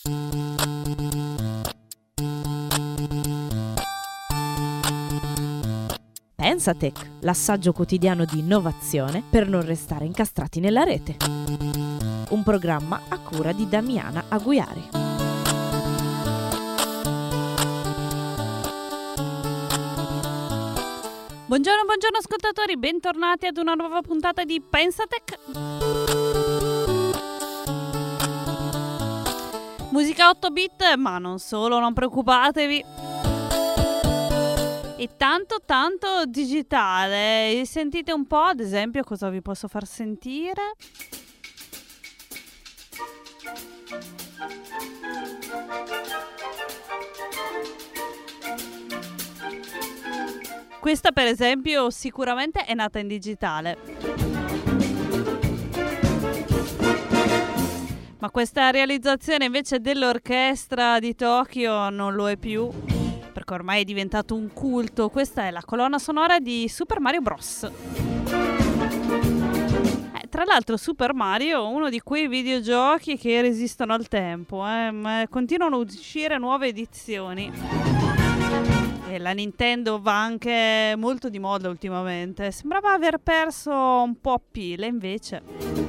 Pensatech, l'assaggio quotidiano di innovazione per non restare incastrati nella rete. Un programma a cura di Damiana Aguiari. Buongiorno ascoltatori, bentornati ad una nuova puntata di Pensatech. Musica 8 bit, ma non solo, non preoccupatevi. E tanto digitale. Sentite un po', ad esempio, cosa vi posso far sentire. Questa, per esempio, sicuramente è nata in digitale. Ma questa realizzazione invece dell'orchestra di Tokyo non lo è più, perché ormai è diventato un culto. Questa è la colonna sonora di Super Mario Bros. Tra l'altro Super Mario è uno di quei videogiochi che resistono al tempo, ma continuano a uscire nuove edizioni. E la Nintendo va anche molto di moda ultimamente. Sembrava aver perso un po' pile, invece.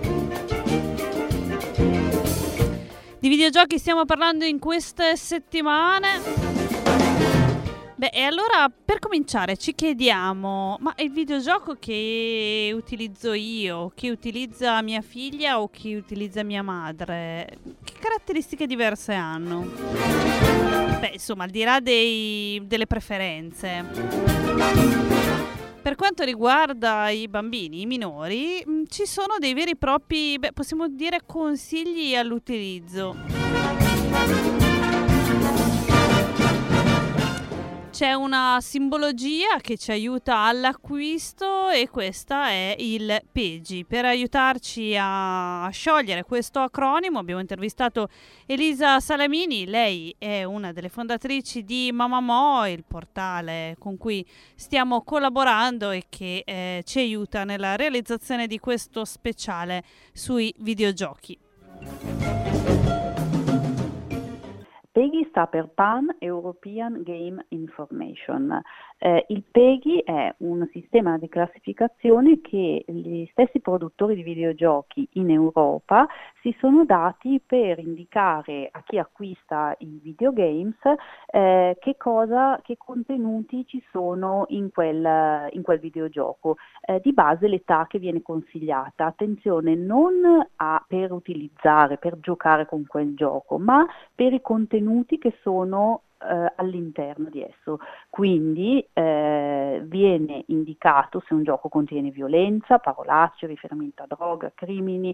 Di videogiochi stiamo parlando in queste settimane. Beh, e allora per cominciare ci chiediamo, ma il videogioco che utilizzo io, che utilizza mia figlia o che utilizza mia madre, che caratteristiche diverse hanno? Beh, insomma, al di là delle preferenze. Per quanto riguarda i bambini, i minori, ci sono dei veri e propri, possiamo dire, consigli all'utilizzo. C'è una simbologia che ci aiuta all'acquisto e questa è il PEGI. Per aiutarci a sciogliere questo acronimo abbiamo intervistato Elisa Salamini. Lei è una delle fondatrici di Mamamo, il portale con cui stiamo collaborando e che ci aiuta nella realizzazione di questo speciale sui videogiochi. PEGI sta per Pan European Game Information. Il PEGI è un sistema di classificazione che gli stessi produttori di videogiochi in Europa si sono dati per indicare a chi acquista i videogames che contenuti ci sono in quel videogioco. Di base l'età che viene consigliata, attenzione, non per utilizzare, per giocare con quel gioco, ma per i contenuti che sono all'interno di esso. Quindi viene indicato se un gioco contiene violenza, parolacce, riferimento a droga, crimini,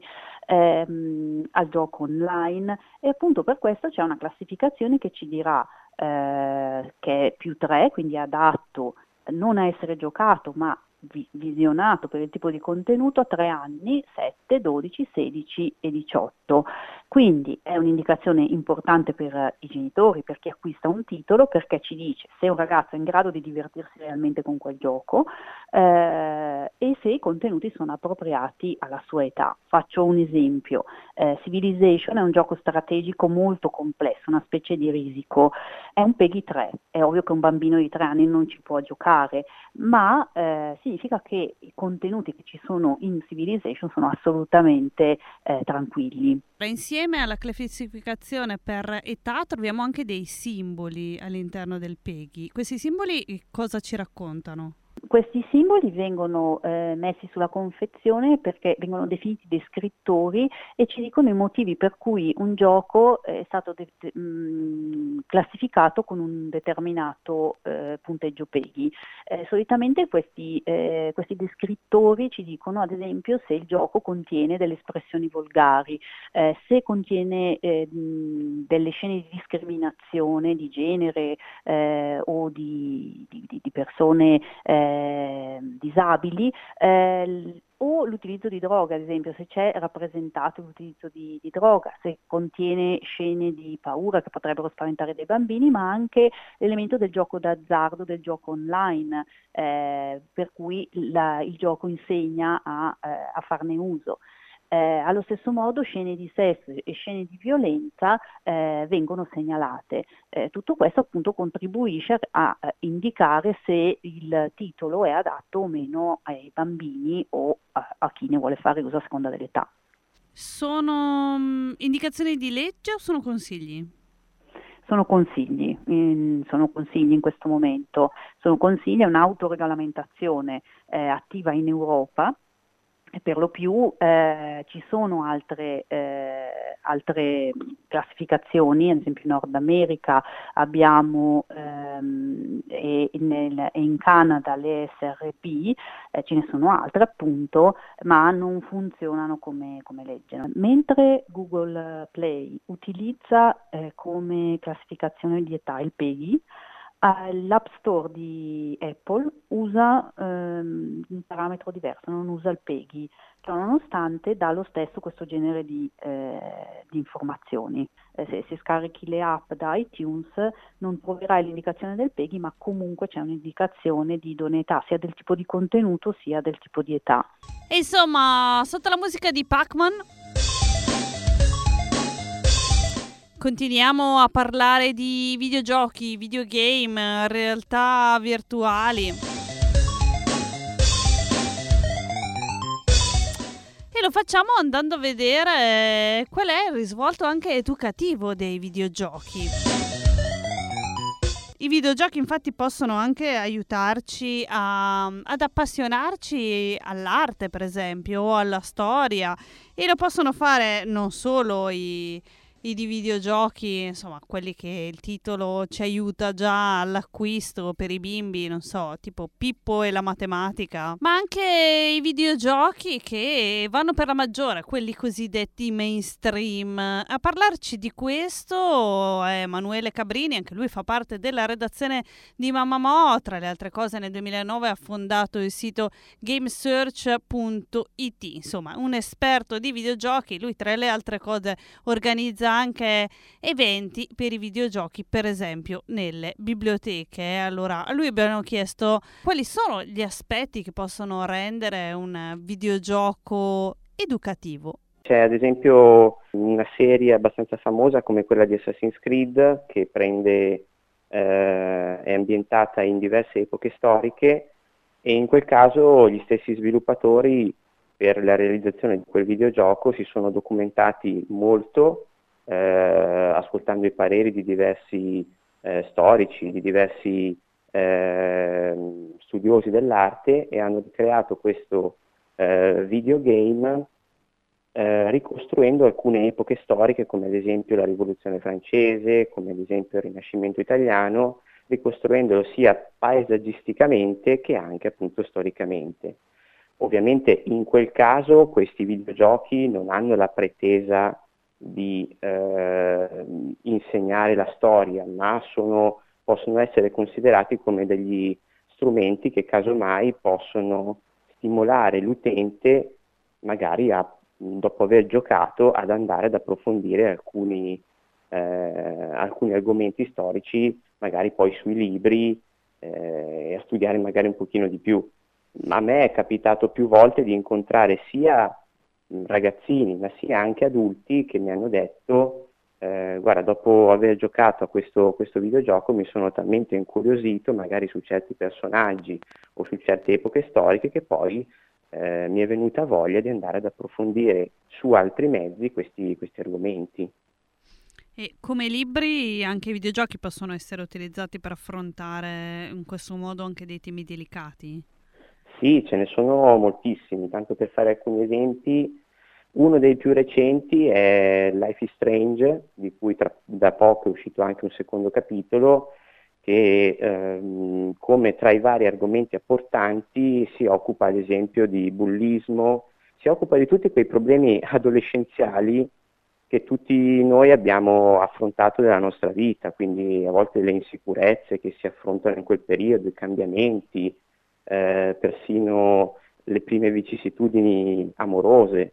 al gioco online, e appunto per questo c'è una classificazione che ci dirà che è +3, quindi adatto non a essere giocato ma visionato per il tipo di contenuto a 3 anni, 7, 12, 16 e 18. Quindi è un'indicazione importante per i genitori, per chi acquista un titolo, perché ci dice se un ragazzo è in grado di divertirsi realmente con quel gioco e se i contenuti sono appropriati alla sua età. Faccio un esempio. Civilization è un gioco strategico molto complesso, una specie di risico. È un PEGI 3, è ovvio che un bambino di 3 anni non ci può giocare, ma significa che i contenuti che ci sono in Civilization sono assolutamente tranquilli. Insieme alla classificazione per età troviamo anche dei simboli all'interno del PEGI. Questi simboli cosa ci raccontano? Questi simboli vengono messi sulla confezione perché vengono definiti descrittori e ci dicono i motivi per cui un gioco è stato classificato con un determinato punteggio PEGI. Solitamente questi descrittori ci dicono, ad esempio, se il gioco contiene delle espressioni volgari, se contiene delle scene di discriminazione di genere o di persone disabili, o l'utilizzo di droga, ad esempio, se c'è rappresentato l'utilizzo di droga, se contiene scene di paura che potrebbero spaventare dei bambini, ma anche l'elemento del gioco d'azzardo, del gioco online, per cui il gioco insegna a farne uso. Allo stesso modo scene di sesso e scene di violenza vengono segnalate. Tutto questo appunto contribuisce a indicare se il titolo è adatto o meno ai bambini o a chi ne vuole fare uso a seconda dell'età. Sono indicazioni di legge o sono consigli? Sono consigli in questo momento, sono consigli, è un'autoregolamentazione attiva in Europa. E per lo più ci sono altre classificazioni, ad esempio in Nord America abbiamo e in Canada le SRP, ce ne sono altre appunto, ma non funzionano come legge. Mentre Google Play utilizza come classificazione di età il PEGI, l'App Store di Apple usa un parametro diverso, non usa il PEGI, però nonostante dà lo stesso questo genere di informazioni. Se scarichi le app da iTunes non troverai l'indicazione del PEGI, ma comunque c'è un'indicazione di idoneità, sia del tipo di contenuto sia del tipo di età. E insomma, sotto la musica di Pac-Man continuiamo a parlare di videogiochi, videogame, realtà virtuali. E lo facciamo andando a vedere qual è il risvolto anche educativo dei videogiochi. I videogiochi infatti possono anche aiutarci ad appassionarci all'arte, per esempio, o alla storia, e lo possono fare non solo i di videogiochi, insomma, quelli che il titolo ci aiuta già all'acquisto per i bimbi, non so, tipo Pippo e la matematica, ma anche i videogiochi che vanno per la maggiore, quelli cosiddetti mainstream. A parlarci di questo è Emanuele Cabrini, anche lui fa parte della redazione di Mamamò, tra le altre cose nel 2009 ha fondato il sito gamesearch.it, insomma un esperto di videogiochi. Lui tra le altre cose organizza anche eventi per i videogiochi, per esempio nelle biblioteche. Allora a lui abbiamo chiesto quali sono gli aspetti che possono rendere un videogioco educativo. C'è ad esempio una serie abbastanza famosa come quella di Assassin's Creed che è ambientata in diverse epoche storiche, e in quel caso gli stessi sviluppatori per la realizzazione di quel videogioco si sono documentati molto, ascoltando i pareri di diversi storici, di diversi studiosi dell'arte, e hanno creato questo videogame ricostruendo alcune epoche storiche, come ad esempio la Rivoluzione francese, come ad esempio il Rinascimento italiano, ricostruendolo sia paesaggisticamente che anche appunto storicamente. Ovviamente in quel caso questi videogiochi non hanno la pretesa di insegnare la storia, ma possono essere considerati come degli strumenti che casomai possono stimolare l'utente magari dopo aver giocato ad andare ad approfondire alcuni argomenti storici, magari poi sui libri, e a studiare magari un pochino di più. A me è capitato più volte di incontrare sia ragazzini ma sia anche adulti che mi hanno detto guarda, dopo aver giocato a questo videogioco mi sono talmente incuriosito magari su certi personaggi o su certe epoche storiche che poi mi è venuta voglia di andare ad approfondire su altri mezzi questi argomenti. E come libri anche i videogiochi possono essere utilizzati per affrontare in questo modo anche dei temi delicati? Sì, ce ne sono moltissimi, tanto per fare alcuni esempi. Uno dei più recenti è Life is Strange, di cui da poco è uscito anche un secondo capitolo, che come tra i vari argomenti apportanti si occupa ad esempio di bullismo, si occupa di tutti quei problemi adolescenziali che tutti noi abbiamo affrontato nella nostra vita, quindi a volte le insicurezze che si affrontano in quel periodo, i cambiamenti, persino le prime vicissitudini amorose.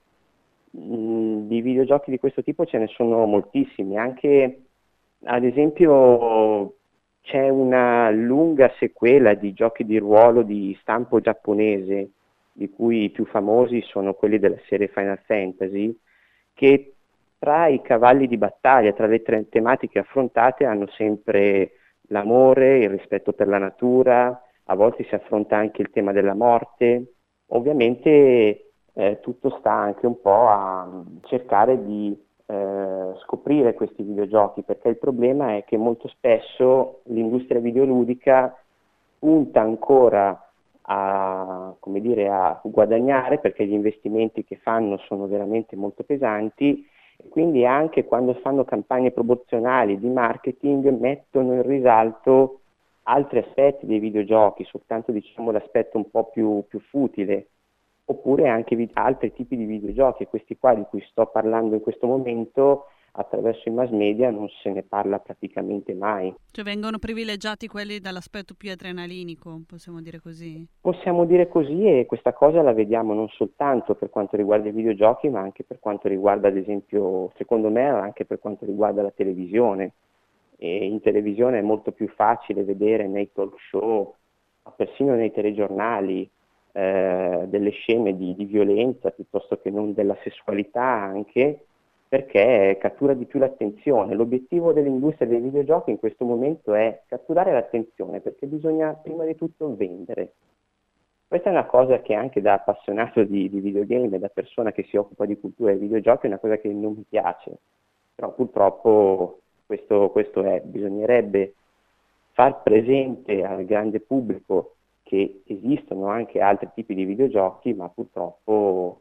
Di videogiochi di questo tipo ce ne sono moltissimi, anche ad esempio c'è una lunga sequela di giochi di ruolo di stampo giapponese di cui i più famosi sono quelli della serie Final Fantasy, che tra i cavalli di battaglia, tra le tematiche affrontate, hanno sempre l'amore, il rispetto per la natura, a volte si affronta anche il tema della morte. Ovviamente tutto sta anche un po' a cercare di scoprire questi videogiochi, perché il problema è che molto spesso l'industria videoludica punta ancora a, come dire, a guadagnare, perché gli investimenti che fanno sono veramente molto pesanti, e quindi anche quando fanno campagne promozionali di marketing mettono in risalto altri aspetti dei videogiochi, soltanto diciamo l'aspetto un po' più futile, oppure anche altri tipi di videogiochi, questi qua di cui sto parlando in questo momento attraverso i mass media non se ne parla praticamente mai. Cioè vengono privilegiati quelli dall'aspetto più adrenalinico, possiamo dire così? Possiamo dire così, e questa cosa la vediamo non soltanto per quanto riguarda i videogiochi, ma anche per quanto riguarda, ad esempio, secondo me, anche per quanto riguarda la televisione. E in televisione è molto più facile vedere nei talk show, ma persino nei telegiornali, delle scene di violenza piuttosto che non della sessualità anche, perché cattura di più l'attenzione. L'obiettivo dell'industria dei videogiochi in questo momento è catturare l'attenzione, perché bisogna prima di tutto vendere. Questa è una cosa che anche da appassionato di videogame, da persona che si occupa di cultura dei videogiochi, è una cosa che non mi piace, però purtroppo questo è. Bisognerebbe far presente al grande pubblico che esistono anche altri tipi di videogiochi, ma purtroppo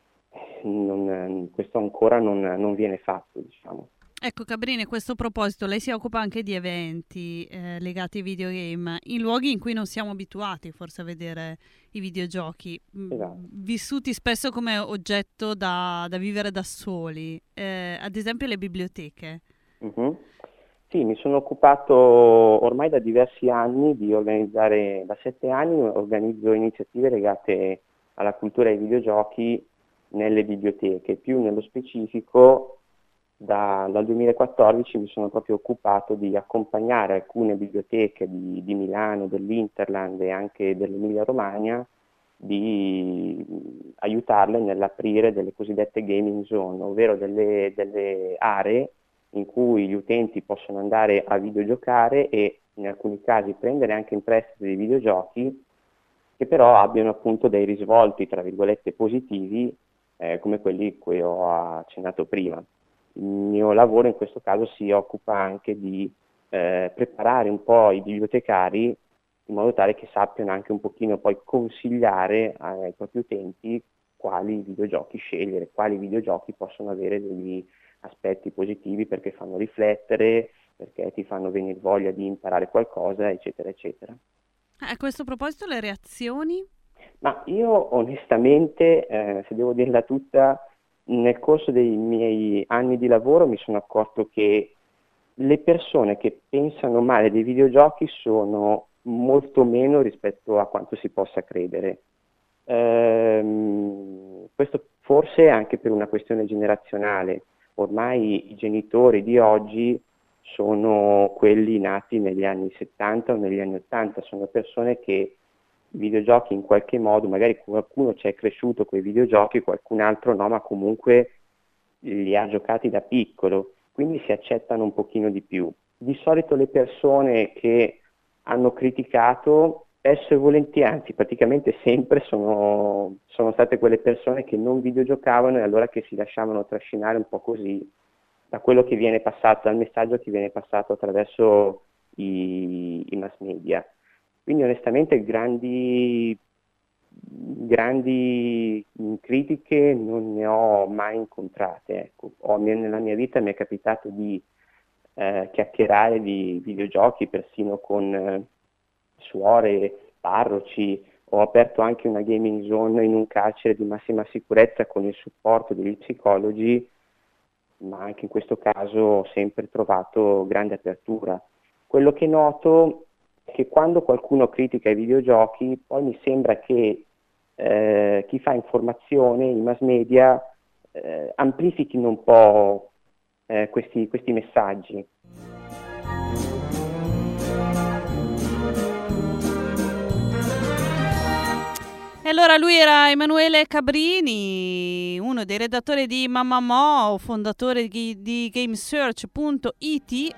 questo ancora non viene fatto, diciamo. Ecco Cabrini, a questo proposito, lei si occupa anche di eventi legati ai videogame, in luoghi in cui non siamo abituati forse a vedere i videogiochi, Esatto. Vissuti spesso come oggetto da vivere da soli, ad esempio le biblioteche. Mm-hmm. Sì, mi sono occupato ormai da diversi anni di organizzare, da 7 anni organizzo iniziative legate alla cultura dei videogiochi nelle biblioteche, più nello specifico dal 2014 mi sono proprio occupato di accompagnare alcune biblioteche di Milano, dell'Interland e anche dell'Emilia Romagna, di aiutarle nell'aprire delle cosiddette gaming zone, ovvero delle aree in cui gli utenti possono andare a videogiocare e in alcuni casi prendere anche in prestito dei videogiochi che però abbiano appunto dei risvolti, tra virgolette, positivi, come quelli cui ho accennato prima. Il mio lavoro in questo caso si occupa anche di preparare un po' i bibliotecari in modo tale che sappiano anche un pochino poi consigliare ai propri utenti quali videogiochi scegliere, quali videogiochi possono avere degli aspetti positivi perché fanno riflettere, perché ti fanno venire voglia di imparare qualcosa, eccetera, eccetera. A questo proposito le reazioni? Ma io onestamente, se devo dirla tutta, nel corso dei miei anni di lavoro mi sono accorto che le persone che pensano male dei videogiochi sono molto meno rispetto a quanto si possa credere. Questo forse anche per una questione generazionale. Ormai i genitori di oggi sono quelli nati negli anni 70 o negli anni 80, sono persone che i videogiochi in qualche modo, magari qualcuno ci è cresciuto con i videogiochi, qualcun altro no, ma comunque li ha giocati da piccolo, quindi si accettano un pochino di più. Di solito le persone che hanno criticato spesso e volentieri, anzi praticamente sempre sono state quelle persone che non videogiocavano e allora che si lasciavano trascinare un po' così da quello che viene passato, dal messaggio che viene passato attraverso i mass media. Quindi onestamente grandi critiche non ne ho mai incontrate. Ecco. Nella mia vita mi è capitato di chiacchierare di videogiochi persino con suore, parroci, ho aperto anche una gaming zone in un carcere di massima sicurezza con il supporto degli psicologi, ma anche in questo caso ho sempre trovato grande apertura. Quello che noto è che quando qualcuno critica i videogiochi, poi mi sembra che chi fa informazione, i mass media, amplifichino un po' questi messaggi. allora lui era Emanuele Cabrini, uno dei redattori di Mamamo, fondatore di Gamesearch.it.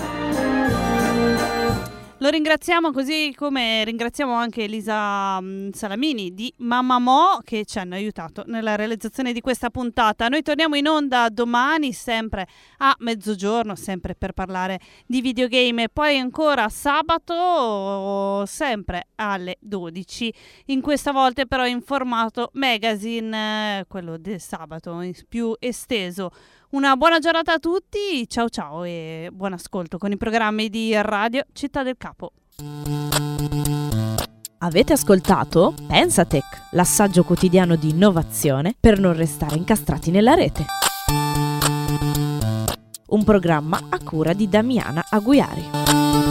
Lo ringraziamo, così come ringraziamo anche Elisa Salamini di Mamamo, che ci hanno aiutato nella realizzazione di questa puntata. Noi torniamo in onda domani, sempre a mezzogiorno, sempre per parlare di videogame, e poi ancora sabato, sempre alle 12, in questa volta però in formato magazine, quello del sabato più esteso. Una buona giornata a tutti, ciao ciao e buon ascolto con i programmi di Radio Città del Capo. Avete ascoltato Pensatech, l'assaggio quotidiano di innovazione per non restare incastrati nella rete. Un programma a cura di Damiana Aguiari.